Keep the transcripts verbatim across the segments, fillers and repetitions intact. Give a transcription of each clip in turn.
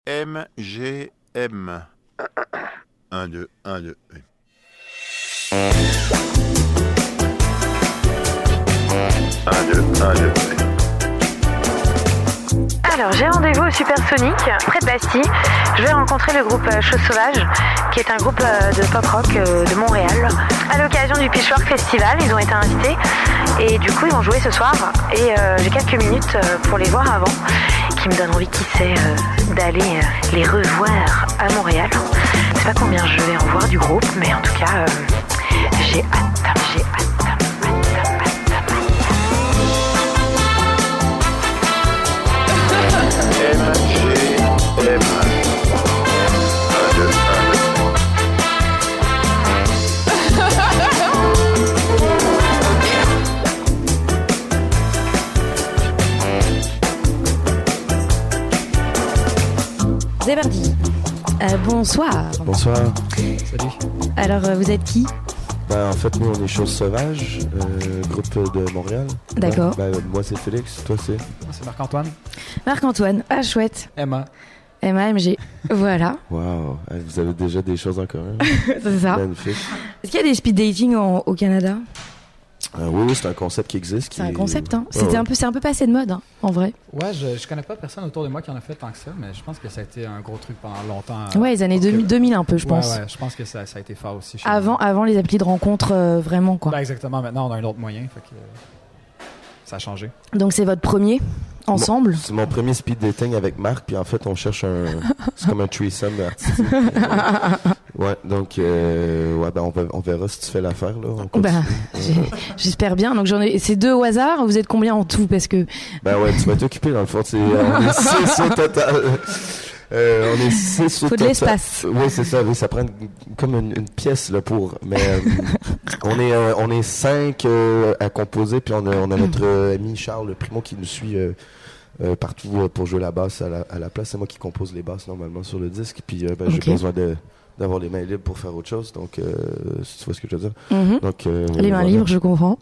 M G M. un, deux, un, deux. un, deux, un, deux. Alors, j'ai rendez-vous au Supersonic, près de Bastille. Je vais rencontrer le groupe Chose Sauvage, qui est un groupe de pop-rock de Montréal. À l'occasion du Pitchfork Festival, ils ont été invités. Et du coup, ils vont jouer ce soir. Et euh, j'ai quelques minutes pour les voir avant, qui me donnent envie, qui sait, euh, d'aller euh, les revoir à Montréal. Je sais pas combien je vais en voir du groupe, mais en tout cas, euh, j'ai hâte, j'ai hâte. M G M. un, deux, un, deux. C'est parti. Euh, bonsoir. Bonsoir. Salut. Alors, euh, vous êtes qui? Ben, en fait, nous, on est Chose Sauvage, euh, groupe de Montréal. D'accord. Ben, ben, moi, c'est Félix. Toi, c'est? Moi, c'est Marc-Antoine. Marc-Antoine. Ah, chouette. Emma. M A M G. Voilà. Waouh. Vous avez déjà des choses en commun. C'est ça. Magnifique. Est-ce qu'il y a des speed dating en- au Canada? Euh, oui, oui, c'est un concept qui existe. qui C'est un est- concept, hein. Ouais, C'était ouais. un peu, c'est un peu passé de mode, hein, en vrai. Ouais, je, je connais pas personne autour de moi qui en a fait tant que ça, mais je pense que ça a été un gros truc pendant longtemps. Ouais, les années au deux mille, Québec. deux mille un peu, je Ouais, pense. ouais, je pense que ça, ça a été fort aussi. Chez Avant, nous. avant les applis de rencontre, euh, vraiment, quoi. Ben, exactement. Maintenant, on a un autre moyen, fait que euh, ça a changé. Donc, c'est votre premier ensemble? C'est mon premier speed dating avec Marc, puis en fait, on cherche un. C'est comme un threesome artistique. Ouais, donc, euh, ouais, ben, on, va- on verra si tu fais l'affaire, là. On continue. Bah, j'ai- j'espère bien. Donc, j'en ai. C'est deux au hasard. Vous êtes combien en tout? Parce que. Ben ouais, tu vas t'occuper, dans le fond. C'est, on est six au total. Euh, on est six au Faut de total. l'espace. Oui, c'est ça. Oui, ça prend une- comme une, une pièce là, pour. Mais euh, on est euh, on est cinq euh, à composer, puis on a, on a notre euh, ami Charles Primo qui nous suit euh, euh, partout euh, pour jouer la basse à la, à la place. C'est moi qui compose les basses normalement sur le disque, puis euh, ben, Ok. j'ai pas besoin de d'avoir les mains libres pour faire autre chose. Donc, euh, si tu vois ce que je veux dire. Mhm. Donc, euh, Les mains voilà. libres, je comprends.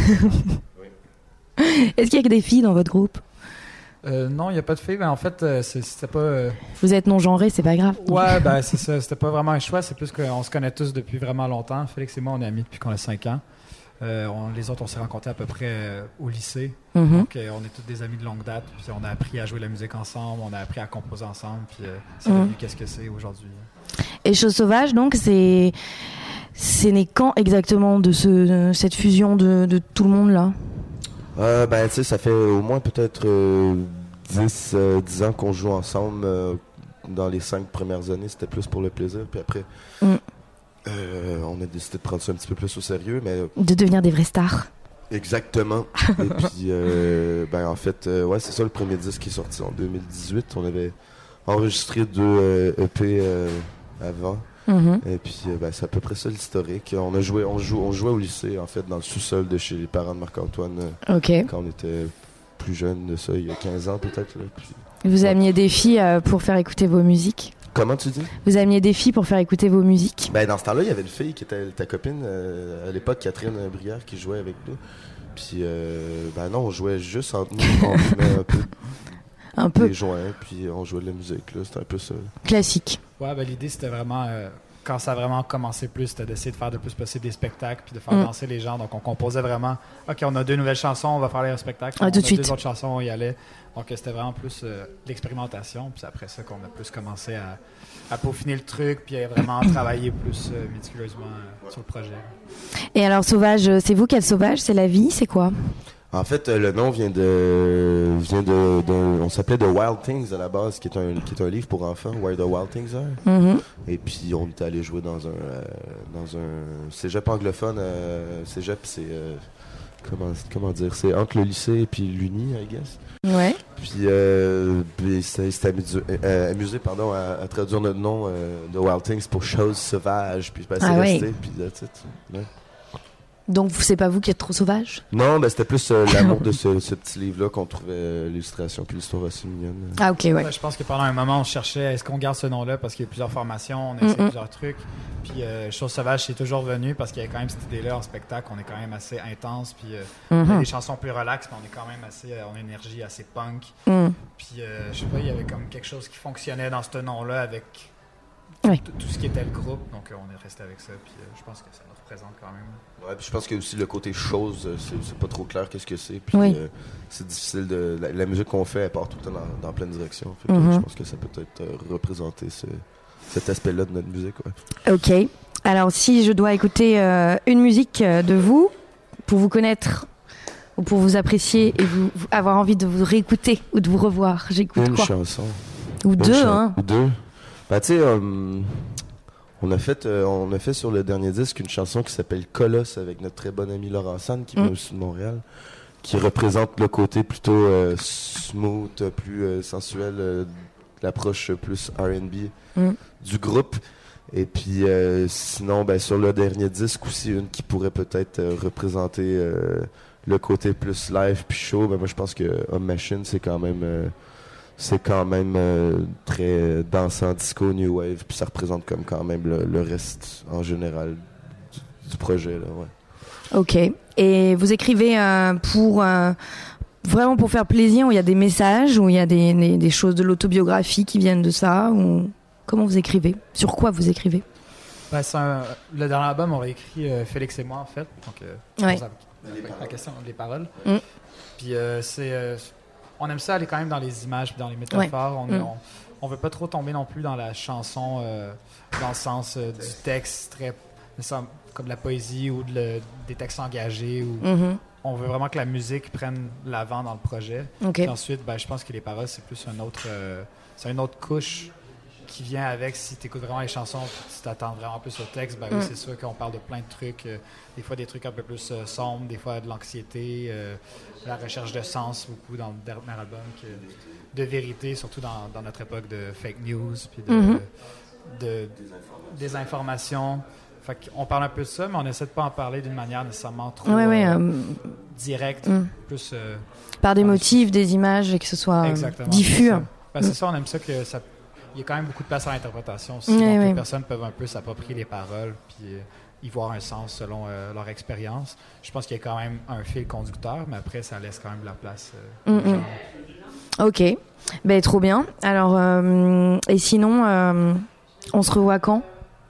Est-ce qu'il y a que des filles dans votre groupe? Euh, non, il n'y a pas de filles, mais en fait, euh, c'est- c'était pas. euh, Vous êtes non-genré, c'est pas grave. Ouais, ben c'est ça. C'était pas vraiment un choix. C'est plus qu'on se connaît tous depuis vraiment longtemps. Félix et moi, on est amis depuis qu'on a cinq ans. Euh, on- les autres, on s'est rencontrés à peu près euh, au lycée. Mhm. Donc, euh, on est tous des amis de longue date. Puis on a appris à jouer la musique ensemble. On a appris à composer ensemble. Puis euh, c'est Mhm. devenu qu'est-ce que c'est aujourd'hui. Et Chose Sauvage, donc, c'est. C'est né quand exactement de, ce, de cette fusion de, de tout le monde là? Euh, ben, tu sais, ça fait au moins peut-être euh, dix, euh, dix ans qu'on joue ensemble. euh, dans les cinq premières années, c'était plus pour le plaisir. Puis après, Mm. euh, on a décidé de prendre ça un petit peu plus au sérieux. Mais De devenir des vraies stars. exactement. Et puis, euh, ben, en fait, euh, ouais, c'est ça le premier disque qui est sorti en deux mille dix-huit. On avait enregistré deux euh, E P euh, avant. Mhm. Et puis, euh, ben, c'est à peu près ça l'historique. On a joué, on, joue, on jouait au lycée, en fait, dans le sous-sol de chez les parents de Marc-Antoine. euh, Ok. quand on était plus jeune de ça, il y a quinze ans peut-être. Là. Puis- Vous ameniez des filles euh, pour faire écouter vos musiques? Comment tu dis? Vous ameniez des filles pour faire écouter vos musiques? Ben, dans ce temps-là, il y avait une fille qui était ta copine euh, à l'époque, Catherine Brière, qui jouait avec nous. Puis, euh, ben non, on jouait juste entre nous, on fumait un peu Un peu des joints, puis on jouait de la musique. Là. C'était un peu ça. classique. Ouais, ben l'idée c'était vraiment, euh, quand ça a vraiment commencé plus, c'était d'essayer de faire de plus possible des spectacles puis de faire Mm. danser les gens. Donc on composait vraiment, ok, on a deux nouvelles chansons, on va faire les spectacles. Ah, on tout de a suite. deux autres chansons, on y allait. Donc euh, c'était vraiment plus euh, l'expérimentation. Puis c'est après ça qu'on a plus commencé à, à peaufiner le truc puis à vraiment travailler plus euh, méticuleusement euh, sur le projet. Et alors, Sauvage, euh, c'est vous qui êtes Sauvage? C'est la vie? C'est quoi? En fait, euh, le nom vient de, vient de, d'un- on s'appelait The Wild Things à la base, qui est un, qui est un livre pour enfants, Where the Wild Things Are. Mhm. Et puis on était allé jouer dans un, euh, dans un cégep anglophone. Euh, cégep, c'est euh, comment, comment dire, c'est entre le lycée et puis l'uni, I guess. Ouais. Puis euh, puis c'était c'était amusu- euh, amusé, pardon, à, à traduire notre nom euh, de Wild Things pour Chose Sauvage. Puis ben, c'est Ah ouais. resté. Puis that's it. Ouais. Donc c'est pas vous qui êtes trop sauvage? Non, ben c'était plus euh, l'amour de ce, ce petit livre-là qu'on trouvait euh, l'illustration puis l'histoire assez mignonne. Ah ok, ouais. Ouais, je pense que pendant un moment, on cherchait est-ce qu'on garde ce nom-là parce qu'il y a plusieurs formations, on a essayé Mm-mm. plusieurs trucs. Puis euh, Chose sauvage, c'est toujours venu parce qu'il y avait quand même cette idée-là en spectacle. On est quand même assez intense. Puis euh, on a Mhm. des chansons plus relax, mais on est quand même assez. Euh, on a une énergie assez punk. Mm. Puis euh, je sais pas, il y avait comme quelque chose qui fonctionnait dans ce nom-là avec Ouais. tout, tout ce qui était le groupe. Donc euh, on est resté avec ça. Puis euh, je pense que ça nous représente quand même. Ouais, puis je pense que aussi le côté chose, euh, c'est, c'est pas trop clair qu'est-ce que c'est. Puis Oui. euh, c'est difficile de. La, la musique qu'on fait, elle part tout le temps dans, dans plein de directions. Fait que, Mhm. Je pense que ça peut peut-être euh, représenter ce, cet aspect-là de notre musique. Ouais. Ok. Alors si je dois écouter euh, une musique euh, de vous pour vous connaître ou pour vous apprécier et vous, vous- avoir envie de vous réécouter ou de vous revoir, j'écoute Une quoi? chanson. Ou Une deux, chan- hein? Ou deux. Bah, tu sais, euh, on, a fait, euh, on a fait sur le dernier disque une chanson qui s'appelle Colosse avec notre très bon ami Laurent Sanne qui Mm. vient aussi de Montréal, qui représente le côté plutôt euh, smooth, plus euh, sensuel, euh, l'approche plus R and B Mm. du groupe. Et puis euh, sinon, ben, sur le dernier disque aussi, une qui pourrait peut-être euh, représenter euh, le côté plus live puis show. Ben, moi, je pense que Home Machine, c'est quand même... euh, c'est quand même euh, très dansant, disco, new wave, puis ça représente comme quand même le, le reste en général du, du projet là, ouais. Ok. Et vous écrivez euh, pour euh, vraiment pour faire plaisir, où il y a des messages, où il y a des, des, des choses de l'autobiographie qui viennent de ça, ou comment vous écrivez? Sur quoi vous écrivez? Ben, c'est un- le dernier album, on l'a écrit euh, Félix et moi en fait. Donc euh, Ouais. on pose la, la question, les paroles. Mm. Puis euh, c'est euh, on aime ça aller quand même dans les images puis dans les métaphores. On, Mm. on, on veut pas trop tomber non plus dans la chanson euh, dans le sens euh, du texte très ça, comme de la poésie ou de le- des textes engagés. Ou, Mhm. on veut vraiment que la musique prenne l'avant dans le projet. Ok. Puis ensuite, ben, je pense que les paroles, c'est plus un autre, euh, c'est une autre couche qui vient avec. Si tu écoutes vraiment les chansons puis tu t'attends vraiment plus au texte, ben oui, Mm. c'est sûr qu'on parle de plein de trucs. euh, des fois, des trucs un peu plus euh, sombres, des fois de l'anxiété, euh, la recherche de sens, beaucoup dans le dernier album, que, de vérité, surtout dans, dans notre époque de fake news, puis de, Mhm. de désinformation. Fait qu'on parle un peu de ça, mais on essaie de pas en parler d'une manière nécessairement trop Ouais, ouais. euh, euh, directe, mm. plus... euh, Par des Ouais. motifs, des images, et que ce soit euh, Exactement. diffus. c'est ça. hein. Ben, c'est ça, on aime ça que ça. Il y a quand même beaucoup de place à l'interprétation aussi. Ouais, donc ouais. les personnes peuvent un peu s'approprier les paroles puis euh, y voir un sens selon euh, leur expérience. Je pense qu'il y a quand même un fil conducteur, mais après, ça laisse quand même de la place. euh, Mm, aux gens. mm. Ok. Ben trop bien. Alors, euh, et sinon, euh, on se revoit quand?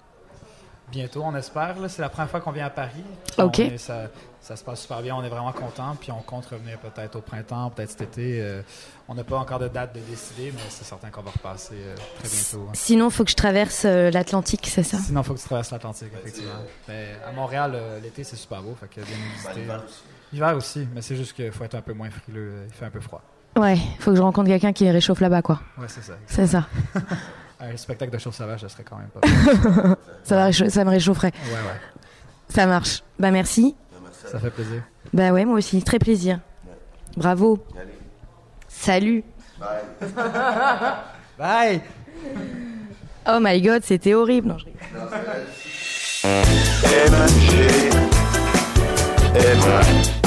Bientôt, on espère. Là, c'est la première fois qu'on vient à Paris. Puis Ok. on est- ça, ça se passe super bien. On est vraiment contents. Puis on compte revenir peut-être au printemps, peut-être cet été. Euh, on n'a pas encore de date de décider, mais c'est certain qu'on va repasser euh, très bientôt. hein. Sinon, faut que je traverse euh, l'Atlantique, c'est ça? Sinon, il faut que tu traverses l'Atlantique, effectivement. Mais à Montréal, euh, l'été, c'est super beau. Fait que bien visiter. L'hiver aussi, mais c'est juste qu'il faut être un peu moins frileux. euh, Il fait un peu froid. Ouais, faut que je rencontre quelqu'un qui réchauffe là-bas, quoi. Ouais, c'est ça. C'est ça. Un spectacle de Chose sauvage, ça serait quand même pas mal. Ça, va réchauffer- ça me réchaufferait. Ouais, ouais. Ça marche. Bah merci. Ça fait plaisir. Bah ouais, moi aussi. Très plaisir. Bravo. Salut. Bye! Oh my god, c'était horrible. Non, je rigole. M G M